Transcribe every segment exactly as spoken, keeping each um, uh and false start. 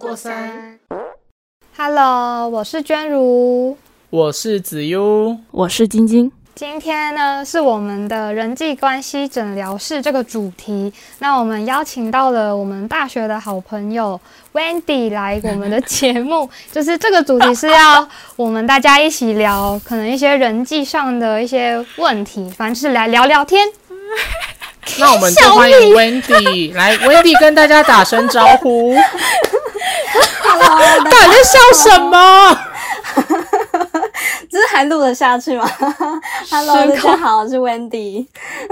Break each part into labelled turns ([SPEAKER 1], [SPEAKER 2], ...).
[SPEAKER 1] 过三。
[SPEAKER 2] Hello， 我是娟如，
[SPEAKER 1] 我是子悠，
[SPEAKER 3] 我是晶晶。
[SPEAKER 2] 今天呢是我们的人际关系诊疗室这个主题，那我们邀请到了我们大学的好朋友 Wendy 来我们的节目，就是这个主题是要我们大家一起聊可能一些人际上的一些问题，反正就是来聊聊天。
[SPEAKER 1] 那我们就欢迎 Wendy 来 ，Wendy 跟大家打声招呼。
[SPEAKER 4] Hello，
[SPEAKER 1] 到底在笑什么？
[SPEAKER 4] 这还录得下去吗 ？Hello， 大家好，我是 Wendy。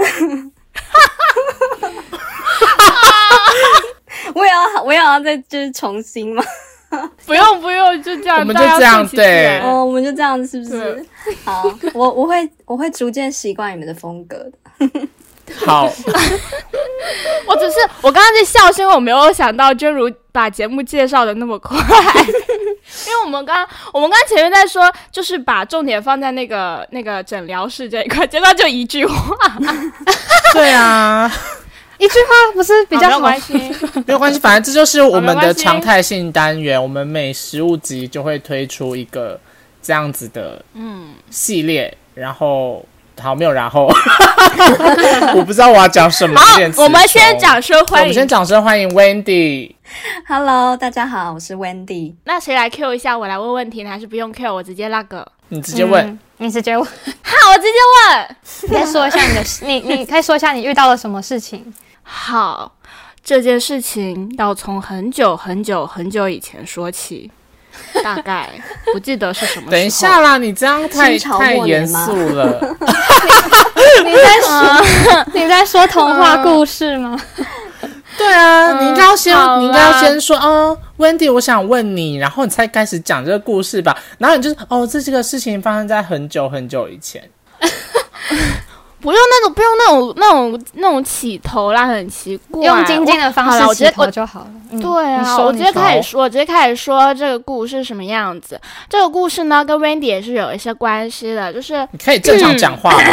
[SPEAKER 4] 我也要，我也要再就是重新吗？
[SPEAKER 3] 不用不用，就这样，
[SPEAKER 1] 我们就这样对。
[SPEAKER 4] 哦，我们就这样，是不是？好，我我会我会逐渐习惯你们的风格的。
[SPEAKER 1] 好，
[SPEAKER 3] 我只是我刚刚在笑，是因为我没有想到娟如把节目介绍的那么快，因为我们刚我们刚前面在说，就是把重点放在那个那个诊疗室这一块，结果就一句话。
[SPEAKER 1] 对啊，
[SPEAKER 2] 一句话不是比较好？
[SPEAKER 3] 没有关系，
[SPEAKER 1] 没有关系，反正这就是我们的常态性单元，我们每十五集就会推出一个这样子的嗯系列，然后。好，没有然后我不知道我要讲什么。
[SPEAKER 3] 好，我们先掌声欢迎，
[SPEAKER 1] 我们先掌声欢迎 Wendy。Hello，
[SPEAKER 4] 大家好，我是 Wendy。
[SPEAKER 3] 那谁来 Q 一下？我来问问题呢，还是不用 Q？ 我直接那个，
[SPEAKER 1] 你直接问，
[SPEAKER 2] 嗯、你直接问。
[SPEAKER 3] 好，我直接问。
[SPEAKER 2] 你可以说一下你的，你你可以说一下你遇到了什么事情。
[SPEAKER 3] 好，这件事情要从很久很久很久以前说起。大概不记得是什么时候。
[SPEAKER 1] 等一下啦，你这样太太严肃了。
[SPEAKER 2] 你, 你在说你在说童话故事吗？
[SPEAKER 1] 对啊，
[SPEAKER 3] 嗯、
[SPEAKER 1] 你应该要先你应该要先说哦 ，Wendy， 我想问你，然后你才开始讲这个故事吧。然后你就是哦，这这个事情发生在很久很久以前。
[SPEAKER 3] 不用那种，不用那种，那种，那种起头啦，很奇怪。
[SPEAKER 2] 用晶晶的方式起头就好了。
[SPEAKER 3] 嗯、对啊，我直接开始说，我直接开始说这个故事是什么样子。这个故事呢，跟 Wendy 也是有一些关系的，就是
[SPEAKER 1] 你可以正常讲话吗？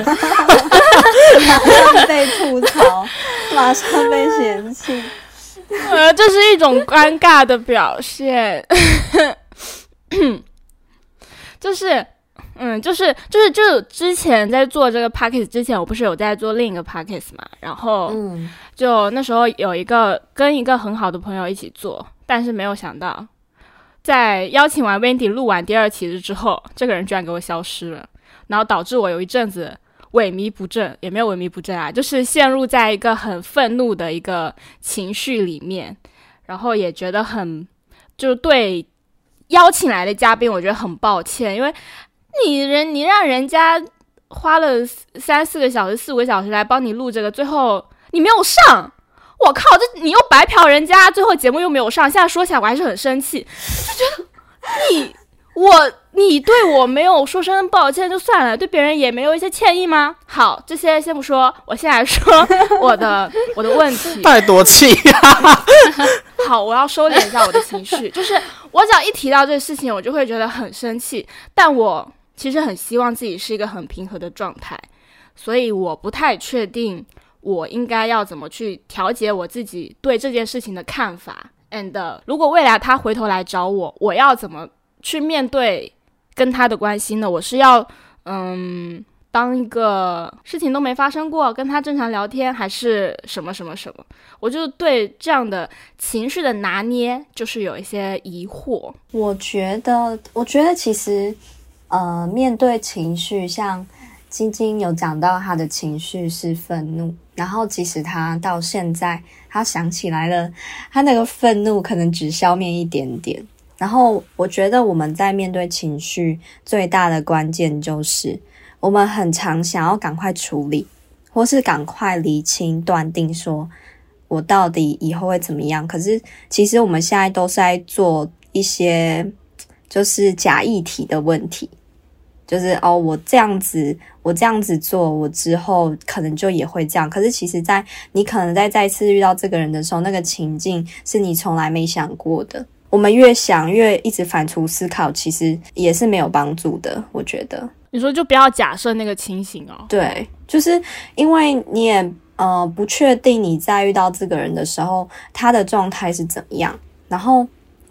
[SPEAKER 4] 马上被吐槽，马上被嫌弃。
[SPEAKER 3] 呃，这是一种尴尬的表现。就是。嗯，就是就是就是之前在做这个 podcast 之前，我不是有在做另一个 podcast 嘛，然后
[SPEAKER 4] 嗯，
[SPEAKER 3] 就那时候有一个跟一个很好的朋友一起做，但是没有想到，在邀请完 Wendy 录完第二期之后，这个人居然给我消失了，然后导致我有一阵子萎靡不振，也没有萎靡不振啊，就是陷入在一个很愤怒的一个情绪里面，然后也觉得很就对邀请来的嘉宾，我觉得很抱歉，因为。你人你让人家花了三四个小时四五个小时来帮你录这个，最后你没有上，我靠，这你又白嫖人家，最后节目又没有上，现在说起来我还是很生气，就觉得你我你对我没有说声抱歉就算了，对别人也没有一些歉意吗？好，这些先不说，我先来说我的我的问题。
[SPEAKER 1] 到底多气啊！
[SPEAKER 3] 好，我要收敛一下我的情绪，就是我只要一提到这个事情，我就会觉得很生气，但我。其实很希望自己是一个很平和的状态，所以我不太确定我应该要怎么去调节我自己对这件事情的看法。And 如果未来他回头来找我，我要怎么去面对跟他的关系呢？我是要嗯当一个事情都没发生过，跟他正常聊天，还是什么什么什么？我就对这样的情绪的拿捏就是有一些疑惑。
[SPEAKER 4] 我觉得，我觉得其实。呃，面对情绪，像晶晶有讲到她的情绪是愤怒，然后即使她到现在她想起来了，她那个愤怒可能只消灭一点点。然后我觉得我们在面对情绪最大的关键就是我们很常想要赶快处理，或是赶快厘清断定说我到底以后会怎么样，可是其实我们现在都是在做一些就是假议题的问题，就是哦，我这样子，我这样子做，我之后可能就也会这样。可是其实在你可能在再次遇到这个人的时候，那个情境是你从来没想过的。我们越想越一直反刍思考，其实也是没有帮助的，我觉得。
[SPEAKER 3] 你说就不要假设那个情形哦。
[SPEAKER 4] 对，就是因为你也呃不确定你在遇到这个人的时候，他的状态是怎么样，然后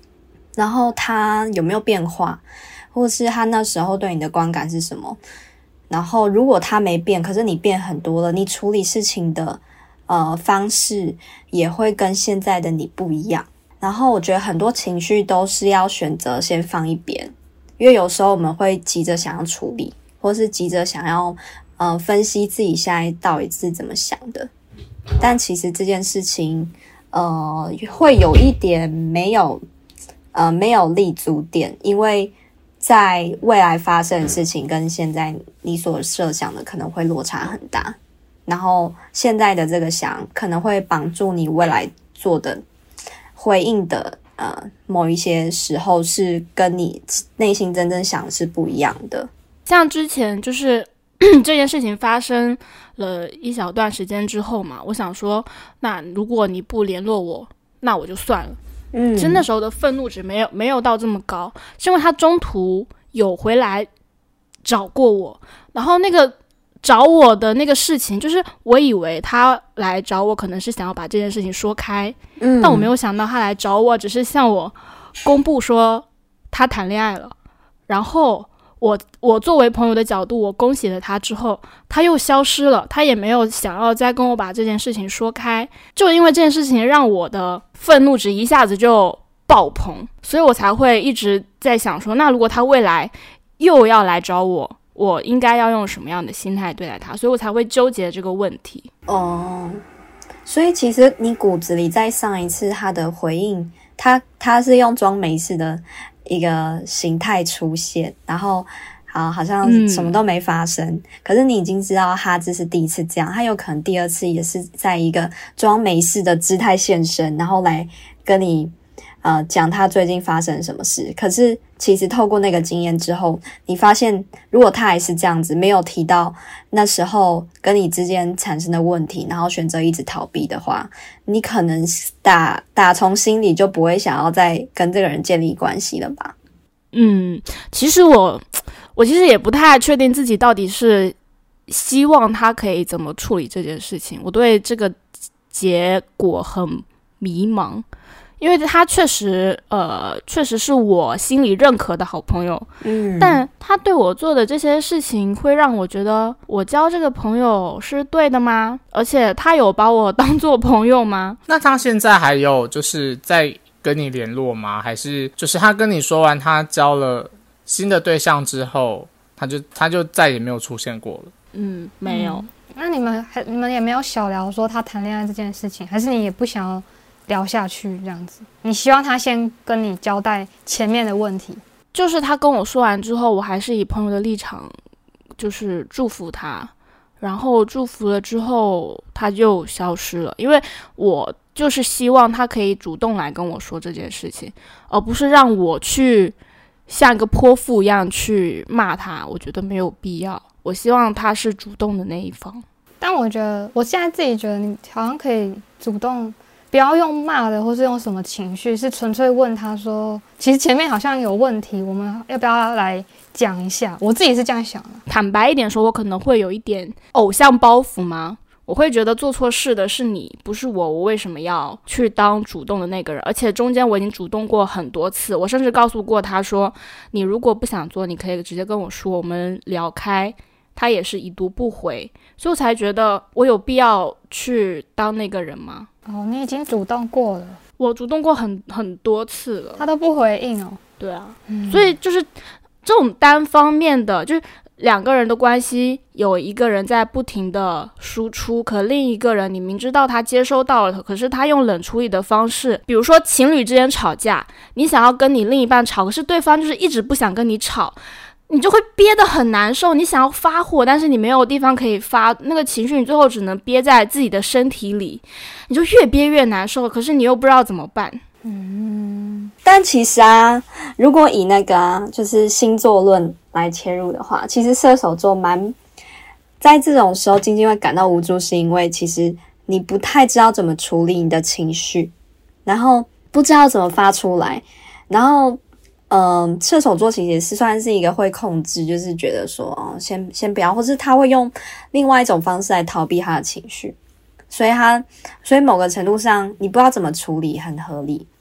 [SPEAKER 4] 然后他有没有变化，或是他那时候对你的观感是什么。然后如果他没变，可是你变很多了，你处理事情的呃方式也会跟现在的你不一样。然后我觉得很多情绪都是要选择先放一边，因为有时候我们会急着想要处理，或是急着想要呃分析自己现在到底是怎么想的。但其实这件事情呃会有一点没有呃没有立足点，因为在未来发生的事情跟现在你所设想的可能会落差很大，然后现在的这个想可能会帮助你未来做的回应的呃某一些时候是跟你内心真正想的是不一样的。
[SPEAKER 3] 像之前就是这件事情发生了一小段时间之后嘛，我想说那如果你不联络我，那我就算了。嗯，其实那时候的愤怒值没有没有到这么高，是因为他中途有回来找过我，然后那个找我的那个事情，就是我以为他来找我可能是想要把这件事情说开，嗯，但我没有想到他来找我只是向我公布说他谈恋爱了，然后我我作为朋友的角度，我恭喜了他之后，他又消失了，他也没有想要再跟我把这件事情说开，就因为这件事情让我的愤怒值一下子就爆棚，所以我才会一直在想说，那如果他未来又要来找我，我应该要用什么样的心态对待他，所以我才会纠结这个问题。
[SPEAKER 4] 哦，所以其实你骨子里在上一次他的回应，他他是用装没事的一个形态出现，然后好好像什么都没发生、嗯、可是你已经知道他这是第一次这样，他有可能第二次也是在一个装没事的姿态现身，然后来跟你呃讲他最近发生什么事。可是其实透过那个经验之后，你发现如果他还是这样子，没有提到那时候跟你之间产生的问题，然后选择一直逃避的话，你可能打打从心里就不会想要再跟这个人建立关系了吧。
[SPEAKER 3] 嗯，其实我我其实也不太确定自己到底是希望他可以怎么处理这件事情，我对这个结果很迷茫，因为他确实呃确实是我心里认可的好朋友，嗯，但他对我做的这些事情会让我觉得我交这个朋友是对的吗？而且他有把我当做朋友吗？
[SPEAKER 1] 那他现在还有就是在跟你联络吗？还是就是他跟你说完他交了新的对象之后，他就他就再也没有出现过了？
[SPEAKER 3] 嗯，没有。
[SPEAKER 2] 嗯、那你们还你们也没有小聊说他谈恋爱这件事情，还是你也不想要聊下去这样子？你希望他先跟你交代前面的问题？
[SPEAKER 3] 就是他跟我说完之后，我还是以朋友的立场就是祝福他，然后祝福了之后他就消失了，因为我就是希望他可以主动来跟我说这件事情，而不是让我去像一个泼妇一样去骂他，我觉得没有必要。我希望他是主动的那一方。
[SPEAKER 2] 但我觉得我现在自己觉得你好像可以主动，不要用骂的或是用什么情绪，是纯粹问他说其实前面好像有问题，我们要不要来讲一下？我自己是这样想的。
[SPEAKER 3] 坦白一点说，我可能会有一点偶像包袱吗？我会觉得做错事的是你，不是我，我为什么要去当主动的那个人？而且中间我已经主动过很多次，我甚至告诉过他说，你如果不想做，你可以直接跟我说，我们聊开。他也是已读不回，所以我才觉得我有必要去当那个人吗？
[SPEAKER 2] 哦，你已经主动过了。
[SPEAKER 3] 我主动过很很多次了，
[SPEAKER 2] 他都不回应哦。
[SPEAKER 3] 对啊、嗯、所以就是这种单方面的，就是两个人的关系，有一个人在不停的输出，可另一个人你明知道他接收到了，可是他用冷处理的方式，比如说情侣之间吵架，你想要跟你另一半吵，可是对方就是一直不想跟你吵，你就会憋得很难受，你想要发火，但是你没有地方可以发，那个情绪你最后只能憋在自己的身体里，你就越憋越难受，可是你又不知道怎么办。
[SPEAKER 4] 嗯，但其实啊，如果以那个啊，就是星座论来切入的话，其实射手座蛮在这种时候静静会感到无助，是因为其实你不太知道怎么处理你的情绪，然后不知道怎么发出来，然后嗯，射手座其实也是算是一个会控制，就是觉得说哦，先先不要，或是他会用另外一种方式来逃避他的情绪，所以他所以某个程度上你不知道怎么处理很合理，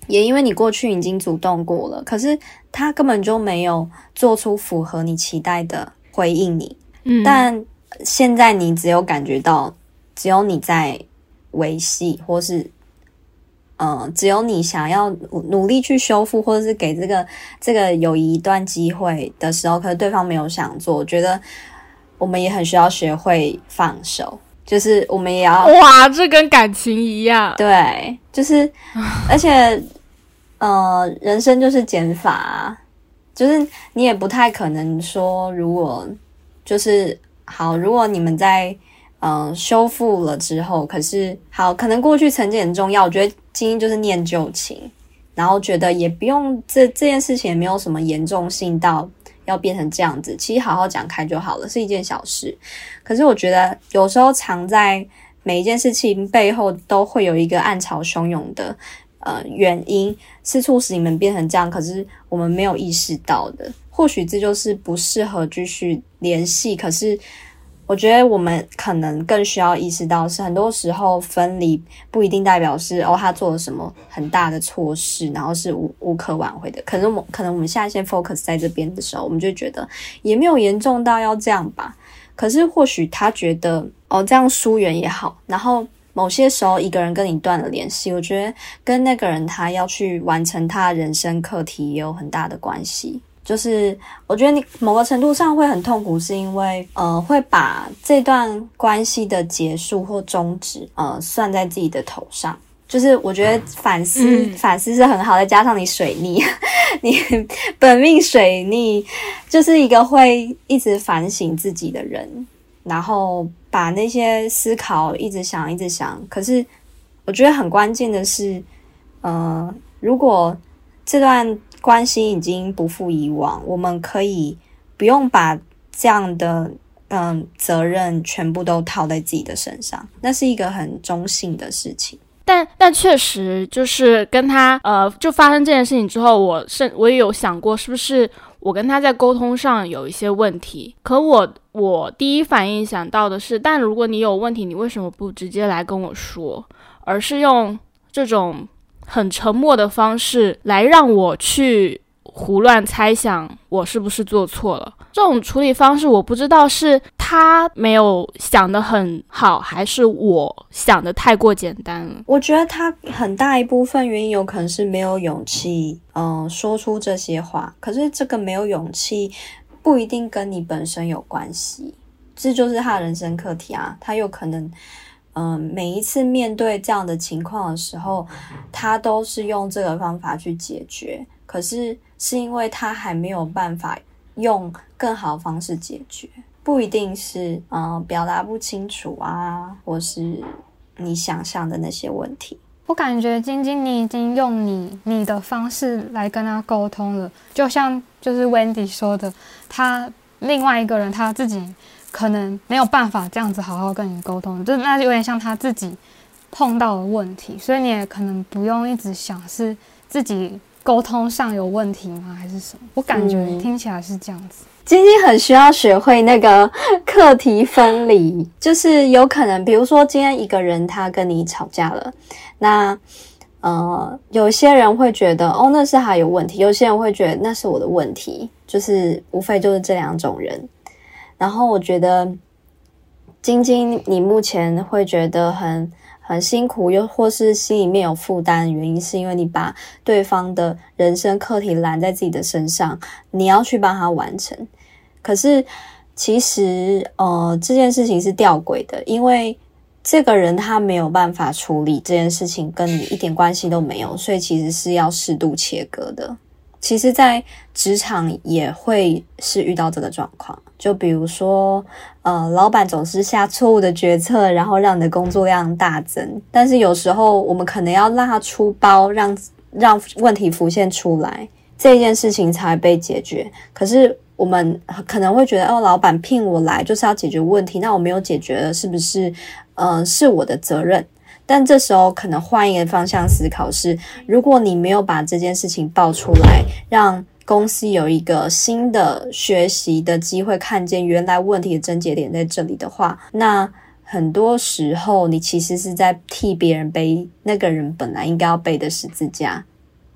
[SPEAKER 4] 也因为你过去已经主动过了，可是他根本就没有做出符合你期待的回应你。嗯，但现在你只有感觉到，只有你在维系，或是呃，只有你想要努力去修复，或者是给这个这个友谊一段机会的时候，可是对方没有想做。我觉得我们也很需要学会放手，就是我们也要
[SPEAKER 3] 哇，这跟感情一样。
[SPEAKER 4] 对，就是而且呃，人生就是减法啊，就是你也不太可能说，如果就是好，如果你们在呃修复了之后，可是好，可能过去曾经很重要，我觉得精英就是念旧情，然后觉得也不用这这件事情也没有什么严重性到要变成这样子，其实好好讲开就好了，是一件小事。可是我觉得有时候藏在每一件事情背后都会有一个暗潮汹涌的呃原因，是促使你们变成这样，可是我们没有意识到的。或许这就是不适合继续联系，可是我觉得我们可能更需要意识到是，很多时候分离不一定代表是哦他做了什么很大的错事，然后是无无可挽回的。可能我可能我们现在先 focus 在这边的时候，我们就觉得也没有严重到要这样吧。可是或许他觉得哦这样疏远也好，然后某些时候一个人跟你断了联系，我觉得跟那个人他要去完成他的人生课题也有很大的关系。就是我觉得你某个程度上会很痛苦，是因为呃会把这段关系的结束或终止呃算在自己的头上。就是我觉得反思、嗯、反思是很好，再加上你水逆你本命水逆就是一个会一直反省自己的人，然后把那些思考一直想一直想。可是我觉得很关键的是呃如果这段关系已经不复以往，我们可以不用把这样的嗯责任全部都套在自己的身上，那是一个很中性的事情。
[SPEAKER 3] 但但确实就是跟他呃就发生这件事情之后，我是我也有想过是不是我跟他在沟通上有一些问题。可我我第一反应想到的是，但如果你有问题，你为什么不直接来跟我说，而是用这种很沉默的方式来让我去胡乱猜想我是不是做错了。这种处理方式我不知道是他没有想得很好，还是我想得太过简单了。
[SPEAKER 4] 我觉得他很大一部分原因有可能是没有勇气嗯、呃，说出这些话。可是这个没有勇气不一定跟你本身有关系，这就是他的人生课题啊。他有可能嗯，每一次面对这样的情况的时候，他都是用这个方法去解决，可是是因为他还没有办法用更好的方式解决，不一定是嗯表达不清楚啊，或是你想象的那些问题。
[SPEAKER 2] 我感觉晶晶你已经用你你的方式来跟他沟通了，就像就是 Wendy 说的，他另外一个人他自己可能没有办法这样子好好跟你沟通，就那就有点像他自己碰到的问题，所以你也可能不用一直想是自己沟通上有问题吗还是什么。我感觉听起来是这样子。
[SPEAKER 4] 晶晶很需要学会那个课题分离，就是有可能比如说今天一个人他跟你吵架了，那呃有些人会觉得哦那是他有问题，有些人会觉得那是我的问题，就是无非就是这两种人。然后我觉得晶晶你目前会觉得很很辛苦，又或是心里面有负担的原因，是因为你把对方的人生课题揽在自己的身上，你要去帮他完成。可是其实呃这件事情是吊诡的，因为这个人他没有办法处理这件事情，跟你一点关系都没有，所以其实是要适度切割的。其实在职场也会是遇到这个状况，就比如说呃，老板总是下错误的决策，然后让你的工作量大增，但是有时候我们可能要让他出包，让让问题浮现出来，这件事情才被解决。可是我们可能会觉得哦，老板聘我来就是要解决问题，那我没有解决了，是不是呃是我的责任？但这时候可能换一个方向思考是，如果你没有把这件事情爆出来，让公司有一个新的学习的机会，看见原来问题的症结点在这里的话，那很多时候你其实是在替别人背那个人本来应该要背的十字架。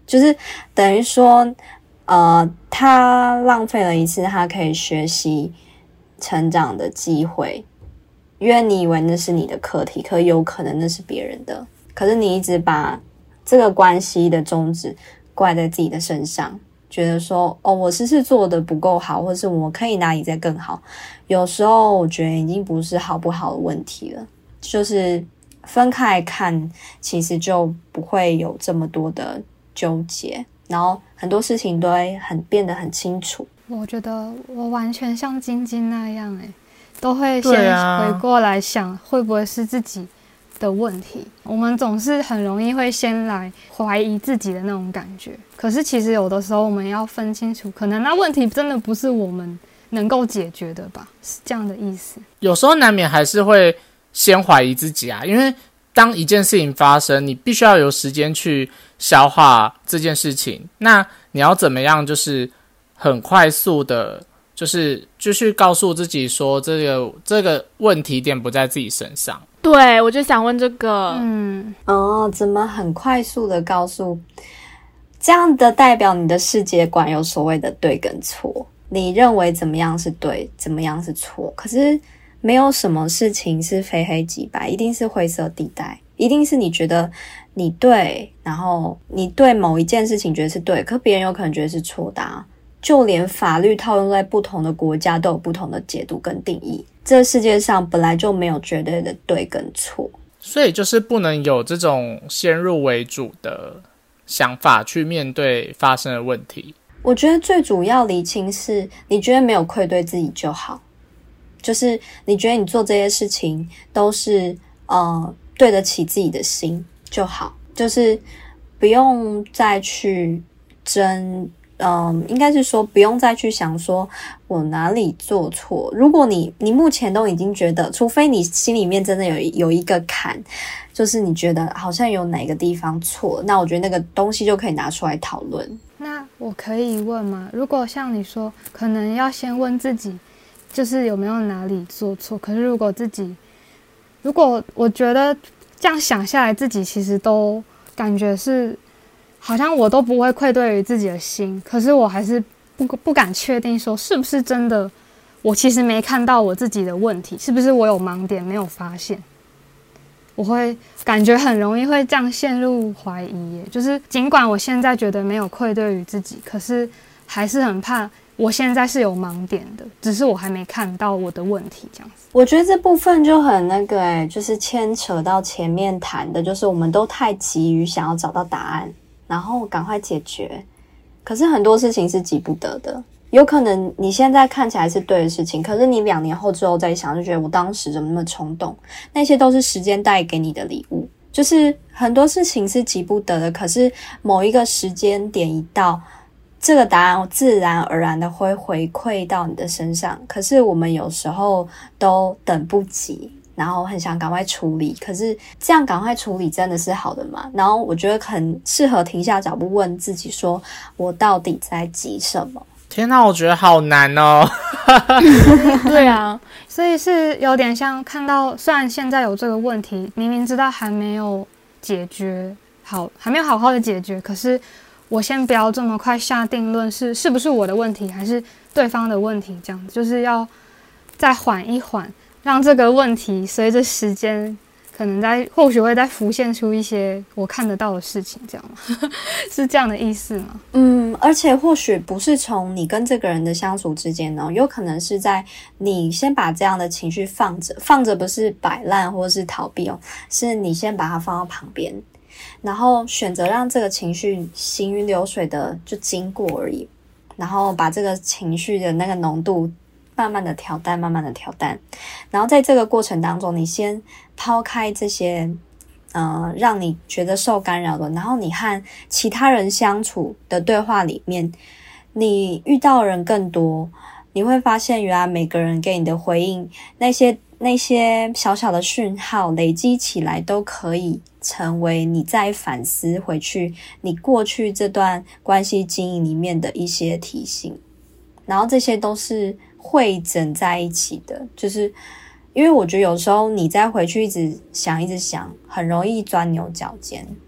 [SPEAKER 4] 就是等于说呃，他浪费了一次他可以学习成长的机会，因为你以为那是你的课题，可有可能那是别人的，可是你一直把这个关系的宗旨怪在自己的身上，觉得说哦，我是不是做的不够好，或是我可以哪里再更好。有时候我觉得已经不是好不好的问题了，就是分开看其实就不会有这么多的纠结，然后很多事情都会很变得很清楚。
[SPEAKER 2] 我觉得我完全像晶晶那样诶、欸，都会先回过来想会不会是自己的问题。我们总是很容易会先来怀疑自己的那种感觉，可是其实有的时候我们要分清楚，可能那问题真的不是我们能够解决的吧，是这样的意思。
[SPEAKER 1] 有时候难免还是会先怀疑自己啊，因为当一件事情发生，你必须要有时间去消化这件事情，那你要怎么样就是很快速的就是就去告诉自己说这个这个问题点不在自己身上。
[SPEAKER 3] 对，我就想问这个
[SPEAKER 2] 嗯，
[SPEAKER 4] 哦，怎么很快速的告诉，这样的代表你的世界观有所谓的对跟错，你认为怎么样是对，怎么样是错，可是没有什么事情是非黑即白，一定是灰色地带，一定是你觉得你对，然后你对某一件事情觉得是对，可别人有可能觉得是错的啊。就连法律套用在不同的国家都有不同的解读跟定义，这世界上本来就没有绝对的对跟错，
[SPEAKER 1] 所以就是不能有这种先入为主的想法去面对发生的问题。
[SPEAKER 4] 我觉得最主要厘清是你觉得没有愧对自己就好，就是你觉得你做这些事情都是呃对得起自己的心就好，就是不用再去争，嗯，应该是说不用再去想说我哪里做错。如果你你目前都已经觉得，除非你心里面真的有有一个坎，就是你觉得好像有哪个地方错，那我觉得那个东西就可以拿出来讨论。
[SPEAKER 2] 那我可以问吗？如果像你说，可能要先问自己，就是有没有哪里做错。可是如果自己，如果我觉得这样想下来，自己其实都感觉是。好像我都不会愧对于自己的心，可是我还是不不敢确定说是不是真的，我其实没看到我自己的问题，是不是我有盲点没有发现？我会感觉很容易会这样陷入怀疑耶，就是尽管我现在觉得没有愧对于自己，可是还是很怕我现在是有盲点的，只是我还没看到我的问题这样子。
[SPEAKER 4] 我觉得这部分就很那个诶，就是牵扯到前面谈的，就是我们都太急于想要找到答案。然后赶快解决，可是很多事情是急不得的，有可能你现在看起来是对的事情，可是你两年后之后再想，就觉得我当时怎么那么冲动，那些都是时间带给你的礼物。就是很多事情是急不得的，可是某一个时间点一到，这个答案自然而然的会回馈到你的身上，可是我们有时候都等不及，然后很想赶快处理，可是这样赶快处理真的是好的吗？然后我觉得很适合停下脚步问自己说，我到底在急什么？
[SPEAKER 1] 天哪，我觉得好难哦。
[SPEAKER 3] 对啊，
[SPEAKER 2] 所以是有点像看到，虽然现在有这个问题，明明知道还没有解决好，还没有好好的解决，可是我先不要这么快下定论是是不是我的问题还是对方的问题，这样子就是要再缓一缓，让这个问题随着时间可能在或许会再浮现出一些我看得到的事情，这样吗？是这样的意思吗？
[SPEAKER 4] 嗯，而且或许不是从你跟这个人的相处之间呢，有可能是在你先把这样的情绪放着，放着不是摆烂或是逃避哦，是你先把它放到旁边，然后选择让这个情绪行云流水的就经过而已，然后把这个情绪的那个浓度慢慢的调淡，慢慢的调淡，然后在这个过程当中，你先抛开这些呃让你觉得受干扰的，然后你和其他人相处的对话里面，你遇到的人更多，你会发现原来每个人给你的回应，那些那些小小的讯号累积起来都可以成为你再反思回去你过去这段关系经营里面的一些提醒，然后这些都是汇整在一起的，就是因为我觉得有时候你再回去一直想一直想，很容易钻牛角尖。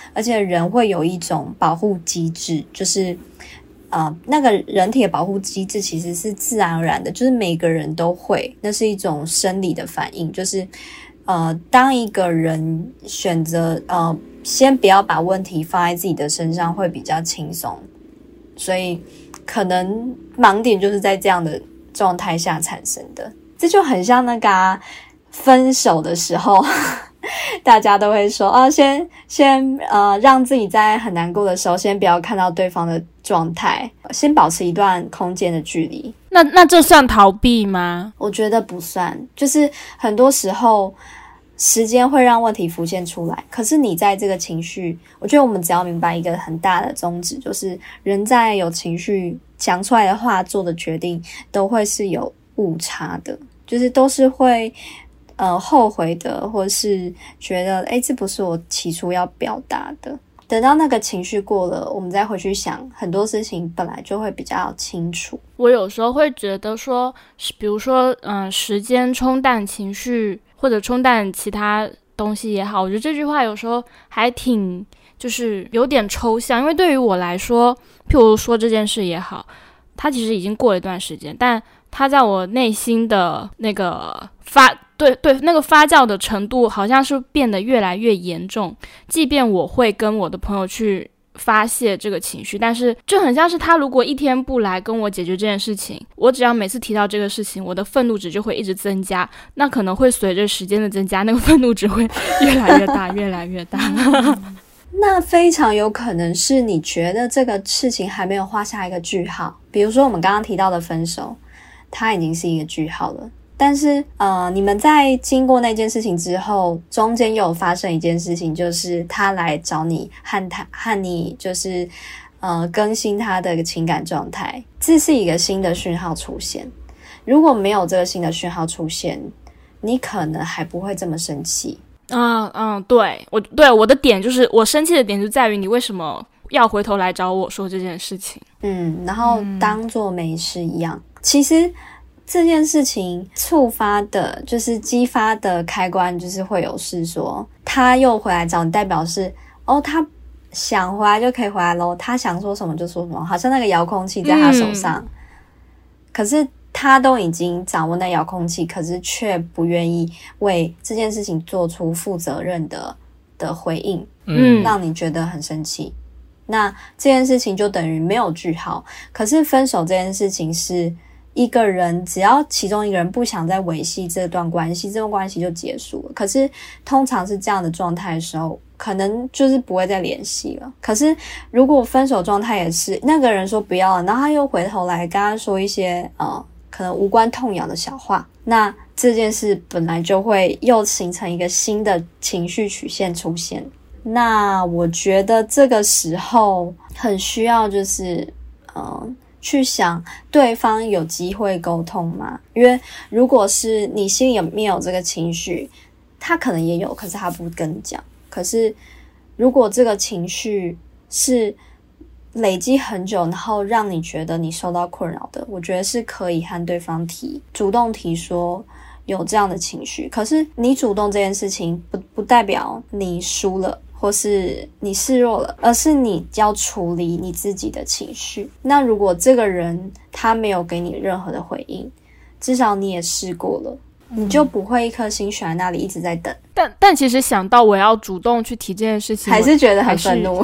[SPEAKER 4] 而且人会有一种保护机制，就是呃，那个人体的保护机制其实是自然而然的，就是每个人都会，那是一种生理的反应，就是呃，当一个人选择呃，先不要把问题放在自己的身上，会比较轻松，所以可能盲点就是在这样的状态下产生的。这就很像那个、啊、分手的时候大家都会说啊，先先呃，让自己在很难过的时候先不要看到对方的状态，先保持一段空间的距离。
[SPEAKER 3] 那那这算逃避吗？
[SPEAKER 4] 我觉得不算，就是很多时候时间会让问题浮现出来，可是你在这个情绪，我觉得我们只要明白一个很大的宗旨，就是人在有情绪讲出来的话做的决定都会是有误差的，就是都是会呃后悔的，或是觉得诶这不是我起初要表达的。等到那个情绪过了，我们再回去想，很多事情本来就会比较清楚。
[SPEAKER 3] 我有时候会觉得说，比如说嗯、呃，时间冲淡情绪或者冲淡其他东西也好，我觉得这句话有时候还挺就是有点抽象，因为对于我来说，譬如说这件事也好，它其实已经过了一段时间，但它在我内心的那个发对对那个发酵的程度好像是变得越来越严重，即便我会跟我的朋友去发泄这个情绪，但是就很像是他如果一天不来跟我解决这件事情，我只要每次提到这个事情，我的愤怒值就会一直增加，那可能会随着时间的增加，那个愤怒值会越来越大越来越大
[SPEAKER 4] 那非常有可能是你觉得这个事情还没有画下一个句号，比如说我们刚刚提到的分手，它已经是一个句号了，但是呃，你们在经过那件事情之后，中间又有发生一件事情，就是他来找你和他和你就是呃更新他的情感状态，这是一个新的讯号出现。如果没有这个新的讯号出现，你可能还不会这么生气。
[SPEAKER 3] 啊嗯，对我对我的点就是我生气的点就在于你为什么要回头来找我说这件事情，
[SPEAKER 4] 嗯，然后当作没事一样、嗯、其实这件事情触发的就是激发的开关，就是会有事说他又回来找你，代表是哦他想回来就可以回来咯，他想说什么就说什么，好像那个遥控器在他手上、嗯、可是他都已经掌握那遥控器，可是却不愿意为这件事情做出负责任的的回应，嗯，让你觉得很生气。那这件事情就等于没有句号。可是分手这件事情是一个人只要其中一个人不想再维系这段关系，这段关系就结束了。可是通常是这样的状态的时候，可能就是不会再联系了。可是如果分手状态也是那个人说不要了，然后他又回头来跟他说一些呃可能无关痛痒的小话，那这件事本来就会又形成一个新的情绪曲线出现。那我觉得这个时候很需要就是呃去想对方有机会沟通吗？因为如果是你心里有没有这个情绪，他可能也有，可是他不跟你讲。可是如果这个情绪是累积很久，然后让你觉得你受到困扰的，我觉得是可以和对方提，主动提说有这样的情绪。可是你主动这件事情不不代表你输了或是你示弱了，而是你要处理你自己的情绪。那如果这个人他没有给你任何的回应，至少你也试过了，你就不会一颗心悬在那里一直在等。
[SPEAKER 3] 但但其实想到我要主动去提这件事情，
[SPEAKER 4] 还是觉得很愤怒。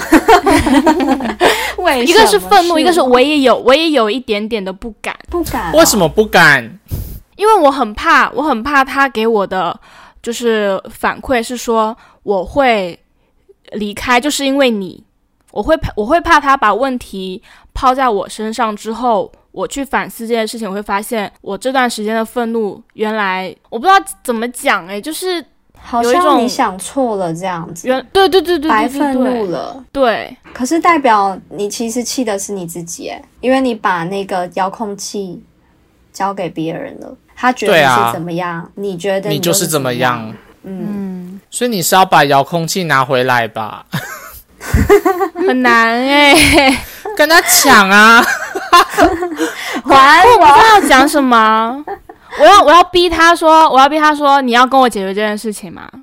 [SPEAKER 4] 为什么？
[SPEAKER 3] 一个是愤怒，一个是我也有我也有一点点的不敢。
[SPEAKER 4] 不敢、哦？
[SPEAKER 1] 为什么不敢？
[SPEAKER 3] 因为我很怕，我很怕他给我的就是反馈是说我会离开，就是因为你，我会我会怕他把问题抛在我身上之后，我去反思这件事情，我会发现我这段时间的愤怒，原来我不知道怎么讲诶、欸、就是
[SPEAKER 4] 好像你想错了这样子，
[SPEAKER 3] 原对对对对对，
[SPEAKER 4] 白愤怒了，
[SPEAKER 3] 对。
[SPEAKER 4] 可是代表你其实气的是你自己诶，因为你把那个遥控器交给别人了，他觉得你是怎么样，啊、你觉得
[SPEAKER 1] 你, 你就是怎么样，
[SPEAKER 4] 嗯，
[SPEAKER 1] 所以你是要把遥控器拿回来吧？
[SPEAKER 3] 很难诶、欸，
[SPEAKER 1] 跟他抢啊！
[SPEAKER 4] 还
[SPEAKER 3] 我不知道要讲什么。我要我要逼他说，我要逼他说，你要跟我解决这件事情吗？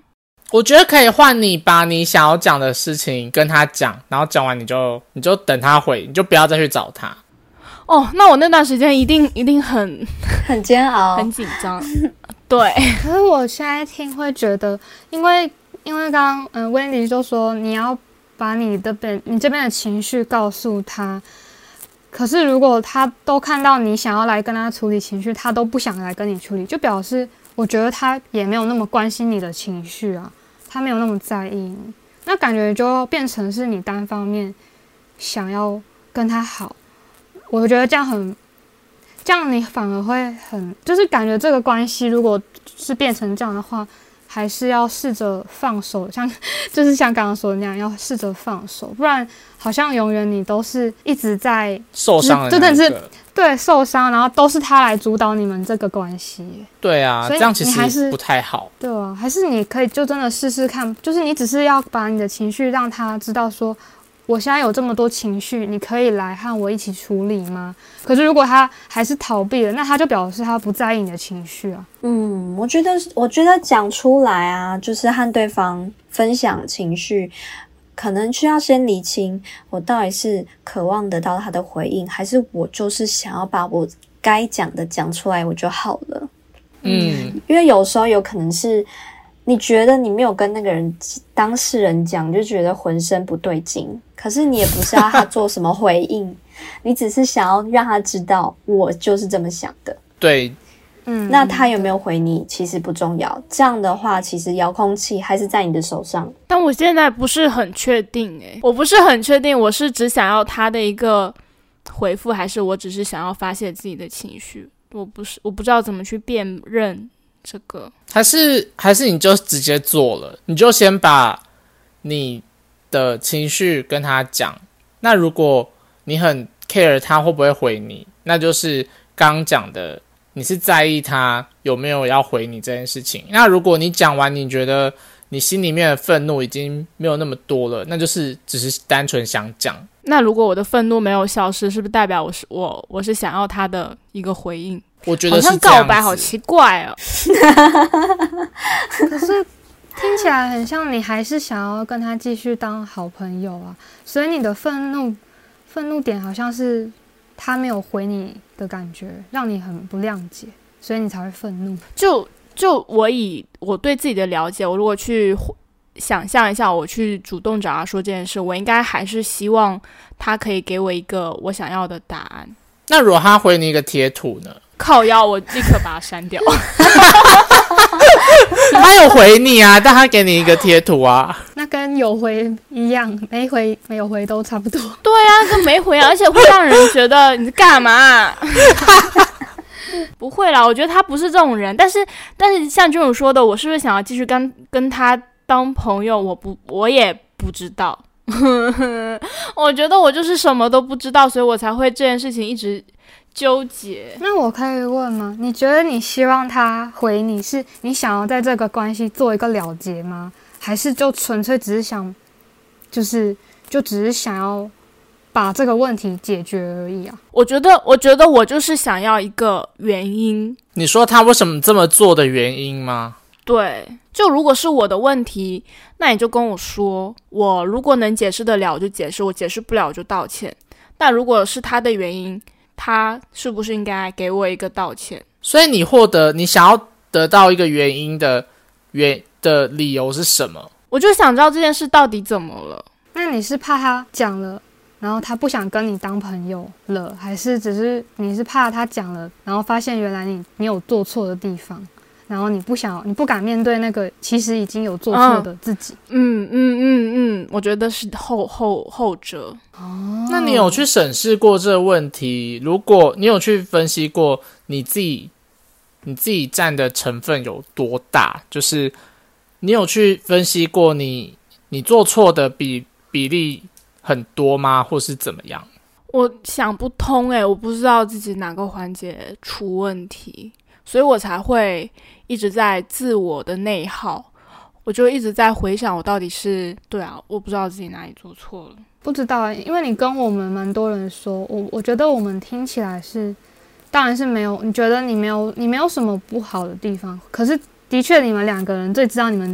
[SPEAKER 1] 我觉得可以换你把你想要讲的事情跟他讲，然后讲完你就你就等他回，你就不要再去找他。
[SPEAKER 3] 哦，那我那段时间一定一定很
[SPEAKER 4] 很煎熬，
[SPEAKER 3] 很紧张。对，
[SPEAKER 2] 可是我现在听会觉得，因为因为刚刚嗯 Wendy 就说你要把你的本你这边的情绪告诉他，可是如果他都看到你想要来跟他处理情绪，他都不想来跟你处理，就表示我觉得他也没有那么关心你的情绪啊，他没有那么在意你，那感觉就变成是你单方面想要跟他好。我觉得这样很，这样你反而会很，就是感觉这个关系如果是变成这样的话，还是要试着放手，像就是像刚刚说的那样，要试着放手，不然好像永远你都是一直在
[SPEAKER 1] 受伤的那一个，
[SPEAKER 2] 真的是对受伤，然后都是他来主导你们这个关系。
[SPEAKER 1] 对啊，
[SPEAKER 2] 所以
[SPEAKER 1] 这样其
[SPEAKER 2] 你还是
[SPEAKER 1] 实不太好。
[SPEAKER 2] 对啊，还是你可以就真的试试看，就是你只是要把你的情绪让他知道说，我现在有这么多情绪，你可以来和我一起处理吗？可是如果他还是逃避了，那他就表示他不在意你的情绪啊。
[SPEAKER 4] 嗯，我觉得，我觉得讲出来啊，就是和对方分享情绪，可能需要先厘清，我到底是渴望得到他的回应，还是我就是想要把我该讲的讲出来，我就好了。
[SPEAKER 1] 嗯，
[SPEAKER 4] 因为有时候有可能是你觉得你没有跟那个人当事人讲，就觉得浑身不对劲，可是你也不是要他做什么回应，你只是想要让他知道我就是这么想的。
[SPEAKER 1] 对，
[SPEAKER 2] 嗯，
[SPEAKER 4] 那他有没有回你其实不重要，这样的话其实遥控器还是在你的手上。
[SPEAKER 3] 但我现在不是很确定诶，我不是很确定我是只想要他的一个回复，还是我只是想要发泄自己的情绪，我不是我不知道怎么去辨认这个。
[SPEAKER 1] 还是还是你就直接做了，你就先把你的情绪跟他讲，那如果你很 care 他会不会回你，那就是刚刚讲的你是在意他有没有要回你这件事情。那如果你讲完你觉得你心里面的愤怒已经没有那么多了，那就是只是单纯想讲。
[SPEAKER 3] 那如果我的愤怒没有消失，是不是代表我是我我是想要他的一个回应？
[SPEAKER 1] 我觉得是
[SPEAKER 3] 好像
[SPEAKER 1] 这样子，
[SPEAKER 3] 告白好奇怪哦。
[SPEAKER 2] 可是听起来很像你还是想要跟他继续当好朋友啊，所以你的愤怒愤怒点好像是他没有回你的感觉，让你很不谅解，所以你才会愤怒。
[SPEAKER 3] 就就我以我对自己的了解，我如果去想象一下，我去主动找他说这件事，我应该还是希望他可以给我一个我想要的答案。
[SPEAKER 1] 那如果他回你一个贴图呢？
[SPEAKER 3] 靠腰，我立刻把它删掉。
[SPEAKER 1] 他有回你啊，但他给你一个贴图啊，
[SPEAKER 2] 那跟有回一样，没回没有回都差不多。
[SPEAKER 3] 对啊，跟没回啊，而且会让人觉得你在干嘛？不会啦，我觉得他不是这种人。但是但是像君如说的，我是不是想要继续跟跟他当朋友？我不，我也不知道。我觉得我就是什么都不知道，所以我才会这件事情一直纠结。
[SPEAKER 2] 那我可以问吗？你觉得你希望他回你，是你想要在这个关系做一个了结吗？还是就纯粹只是想，就是就只是想要把这个问题解决而已啊？
[SPEAKER 3] 我觉得，我觉得我就是想要一个原因。
[SPEAKER 1] 你说他为什么这么做的原因吗？
[SPEAKER 3] 对，就如果是我的问题，那你就跟我说，我如果能解释得了我就解释，我解释不了我就道歉。但如果是他的原因，他是不是应该给我一个道歉？
[SPEAKER 1] 所以你获得你想要得到一个原因的原的理由是什么？
[SPEAKER 3] 我就想知道这件事到底怎么了。
[SPEAKER 2] 那你是怕他讲了，然后他不想跟你当朋友了，还是只是你是怕他讲了，然后发现原来你你有做错的地方，然后你不想你不敢面对那个其实已经有做错的自己？
[SPEAKER 3] 嗯嗯嗯嗯，我觉得是后后后者。
[SPEAKER 2] 哦，
[SPEAKER 1] 那你有去审视过这个问题？如果你有去分析过你自己你自己占的成分有多大，就是你有去分析过你你做错的比比例很多吗？或是怎么样？
[SPEAKER 3] 我想不通诶，我不知道自己哪个环节出问题，所以我才会一直在自我的内耗，我就一直在回想我到底是对啊，我不知道自己哪里做错了。
[SPEAKER 2] 不知道，因为你跟我们蛮多人说，我我觉得我们听起来是，当然是没有，你觉得你没有你没有什么不好的地方，可是的确你们两个人最知道你们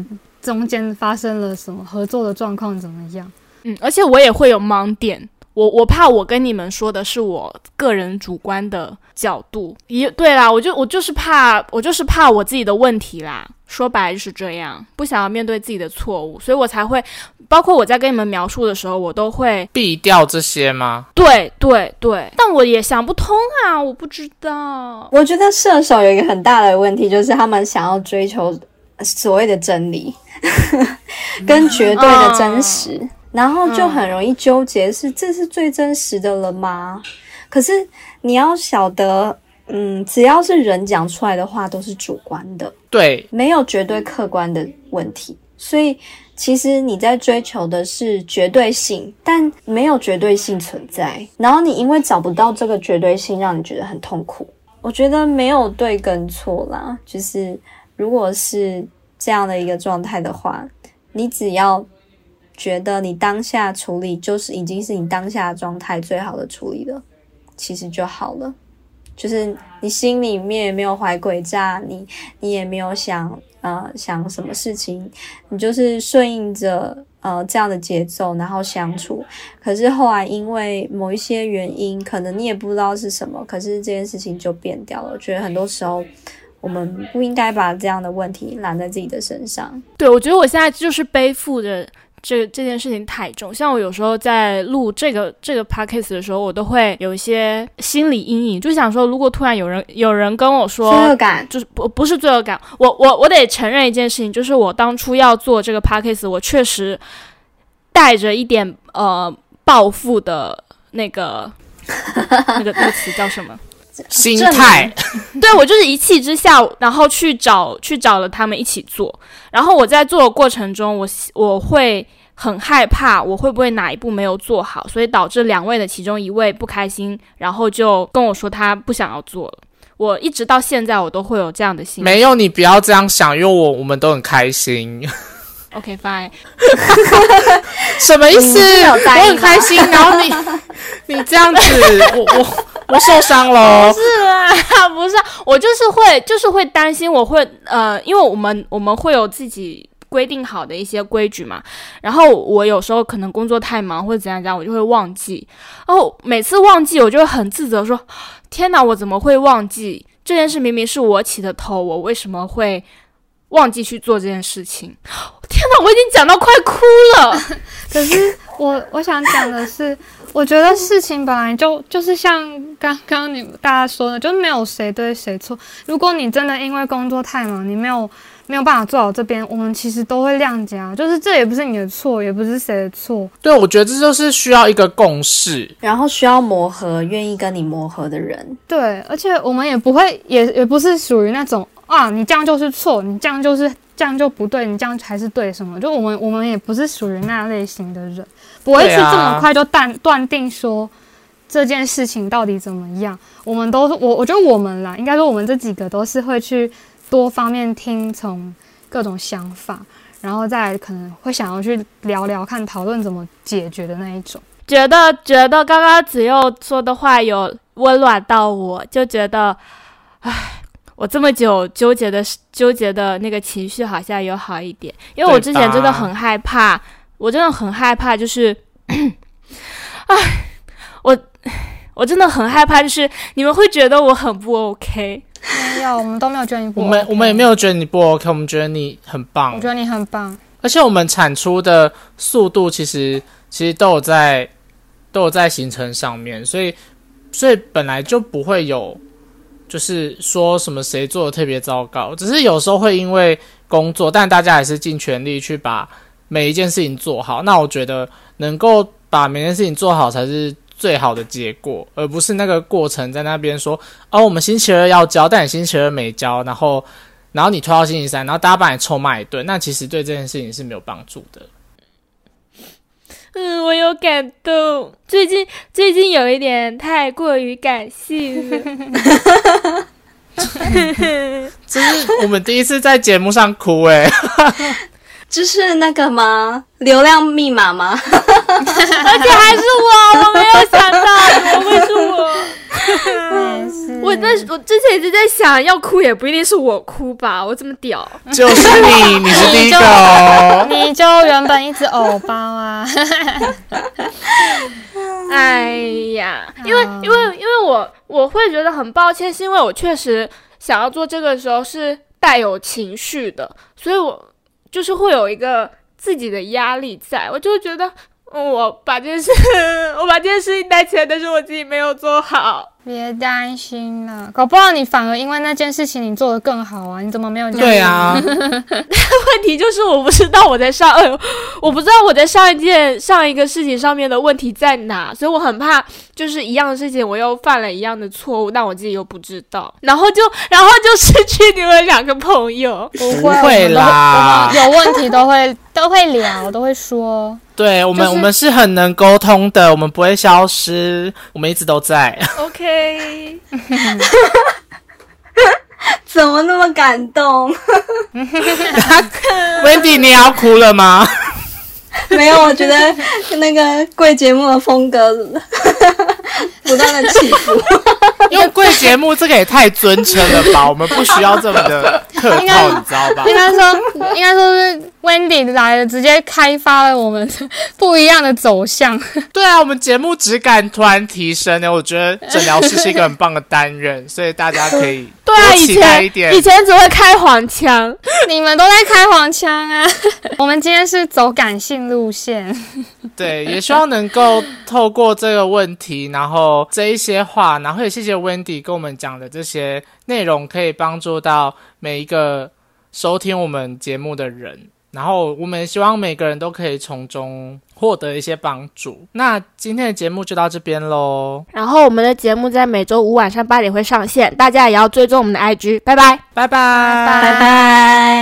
[SPEAKER 2] 中间发生了什么，合作的状况怎么样。
[SPEAKER 3] 嗯，而且我也会有盲点，我我怕我跟你们说的是我个人主观的角度，也对啦，我就我就是怕我就是怕我自己的问题啦，说白就是这样，不想要面对自己的错误，所以我才会，包括我在跟你们描述的时候，我都会
[SPEAKER 1] 避掉这些吗？
[SPEAKER 3] 对对对，但我也想不通啊，我不知道。
[SPEAKER 4] 我觉得射手有一个很大的问题，就是他们想要追求所谓的真理跟绝对的真实。嗯，然后就很容易纠结是，是、嗯、这是最真实的了吗？可是你要晓得，嗯，只要是人讲出来的话都是主观的，
[SPEAKER 1] 对，
[SPEAKER 4] 没有绝对客观的问题。所以其实你在追求的是绝对性，但没有绝对性存在。然后你因为找不到这个绝对性，让你觉得很痛苦。我觉得没有对跟错啦，就是如果是这样的一个状态的话，你只要觉得你当下处理就是已经是你当下的状态最好的处理了，其实就好了。就是你心里面也没有怀诡诈，你你也没有想呃想什么事情，你就是顺应着呃这样的节奏然后相处。可是后来因为某一些原因，可能你也不知道是什么，可是这件事情就变掉了。我觉得很多时候我们不应该把这样的问题揽在自己的身上。
[SPEAKER 3] 对，我觉得我现在就是背负着这这件事情太重，像我有时候在录这个这个 podcast 的时候，我都会有一些心理阴影，就想说，如果突然有人有人跟我说，
[SPEAKER 4] 罪恶感，
[SPEAKER 3] 就是不不是罪恶感，我我我得承认一件事情，就是我当初要做这个 podcast， 我确实带着一点呃报复的那个那个那个词叫什么？
[SPEAKER 1] 心态。
[SPEAKER 3] 对，我就是一气之下，然后去找去找了他们一起做。然后我在做的过程中，我我会很害怕我会不会哪一步没有做好，所以导致两位的其中一位不开心，然后就跟我说他不想要做了。我一直到现在我都会有这样的心情。
[SPEAKER 1] 没有，你不要这样想，因为我我们都很开心。
[SPEAKER 3] OK fine
[SPEAKER 1] 什么意思？我很开心，然后你你这样子，我我我受伤了。
[SPEAKER 3] 不是啊，不是啊，我就是会就是会担心，我会呃，因为我们我们会有自己规定好的一些规矩嘛，然后我有时候可能工作太忙或者怎样怎样，我就会忘记，然后每次忘记我就会很自责说，天哪，我怎么会忘记这件事？明明是我起的头，我为什么会忘记去做这件事情？天哪，我已经讲到快哭了。
[SPEAKER 2] 可是我我想讲的是，我觉得事情本来就就是像刚刚你大家说的，就没有谁对谁错。如果你真的因为工作太忙，你没有没有办法做好这边，我们其实都会谅解啊。就是这也不是你的错，也不是谁的错。
[SPEAKER 1] 对，我觉得这就是需要一个共识，
[SPEAKER 4] 然后需要磨合，愿意跟你磨合的人。
[SPEAKER 2] 对，而且我们也不会，也也不是属于那种啊，你这样就是错，你这样就是这样就不对，你这样才是对什么？就我们我们也不是属于那类型的人，不会去这么快就断断定说这件事情到底怎么样。我们都我我觉得我们啦，应该说我们这几个都是会去多方面听从各种想法，然后再来可能会想要去聊聊看，讨论怎么解决的那一种。
[SPEAKER 3] 觉得觉得刚刚子佑说的话有温暖到我，就觉得，唉。我这么久纠结的纠结的那个情绪好像有好一点，因为我之前真的很害怕，我真的很害怕，就是唉我我真的很害怕，就是你们会觉得我很不 OK。
[SPEAKER 2] 没有，我们都没有觉得你不 OK，
[SPEAKER 1] 我们我们也没有觉得你不 OK， 我们觉得你很棒。
[SPEAKER 2] 我觉得你很棒，
[SPEAKER 1] 而且我们产出的速度其实其实都有在都有在行程上面，所以所以本来就不会有就是说什么谁做的特别糟糕，只是有时候会因为工作，但大家还是尽全力去把每一件事情做好。那我觉得能够把每件事情做好才是最好的结果，而不是那个过程在那边说哦，我们星期二要交，但你星期二没交，然后然后你拖到星期三，然后大家把你臭骂一顿，那其实对这件事情是没有帮助的。
[SPEAKER 3] 嗯，我有感动，最近最近有一点太过于感性了。
[SPEAKER 1] 这是我们第一次在节目上哭欸。
[SPEAKER 4] 就是那个吗？流量密码吗？
[SPEAKER 3] 而且还是我，我没有想到怎么会是我。 我那我之前一直在想，要哭也不一定是我哭吧，我这么屌，
[SPEAKER 1] 就是你，你是第一个哦，
[SPEAKER 2] 你就原本一只偶包啊。
[SPEAKER 3] 哎呀，因为因为因为我我会觉得很抱歉，是因为我确实想要做这个时候是带有情绪的，所以我就是会有一个自己的压力在，我就觉得我把这件事我把这件事情带起来，但是我自己没有做好。
[SPEAKER 2] 别担心了，搞不好你反而因为那件事情你做得更好啊！你怎么没有这样？
[SPEAKER 1] 对啊，
[SPEAKER 3] 问题就是我不知道我在上，呃，我不知道我在上一件上一个事情上面的问题在哪，所以我很怕就是一样的事情我又犯了一样的错误，但我自己又不知道，然后就然后就失去你们两个朋友。
[SPEAKER 2] 不会
[SPEAKER 1] 不会啦，
[SPEAKER 2] 有问题都会都会聊，都会说。
[SPEAKER 1] 对我们、
[SPEAKER 2] 就是、
[SPEAKER 1] 我们是很能沟通的，我们不会消失，我们一直都在。
[SPEAKER 3] OK，
[SPEAKER 4] 怎么那么感动
[SPEAKER 1] Wendy 你也要哭了吗？
[SPEAKER 4] 没有，我觉得那个贵节目的风格不断的起伏。
[SPEAKER 1] 因为贵节目这个也太尊称了吧，我们不需要这么的客套，你知道吧？
[SPEAKER 2] 应该说，应该说是 Wendy 来了，直接开发了我们不一样的走向。
[SPEAKER 1] 对啊，我们节目质感突然提升了，我觉得诊疗室是一个很棒的单元，所以大家可以
[SPEAKER 3] 对啊，以
[SPEAKER 1] 期待一点。
[SPEAKER 3] 前以前只会开黄腔，
[SPEAKER 2] 你们都在开黄腔啊！我们今天是走感性路线。
[SPEAKER 1] 对，也希望能够透过这个问题，然后这一些话，然后也谢谢 Wendy 跟我们讲的这些内容，可以帮助到每一个收听我们节目的人，然后我们也希望每个人都可以从中获得一些帮助。那今天的节目就到这边咯，
[SPEAKER 3] 然后我们的节目在每周五晚上八点会上线，大家也要追踪我们的 I G， 拜拜，
[SPEAKER 1] 拜拜，
[SPEAKER 4] 拜拜。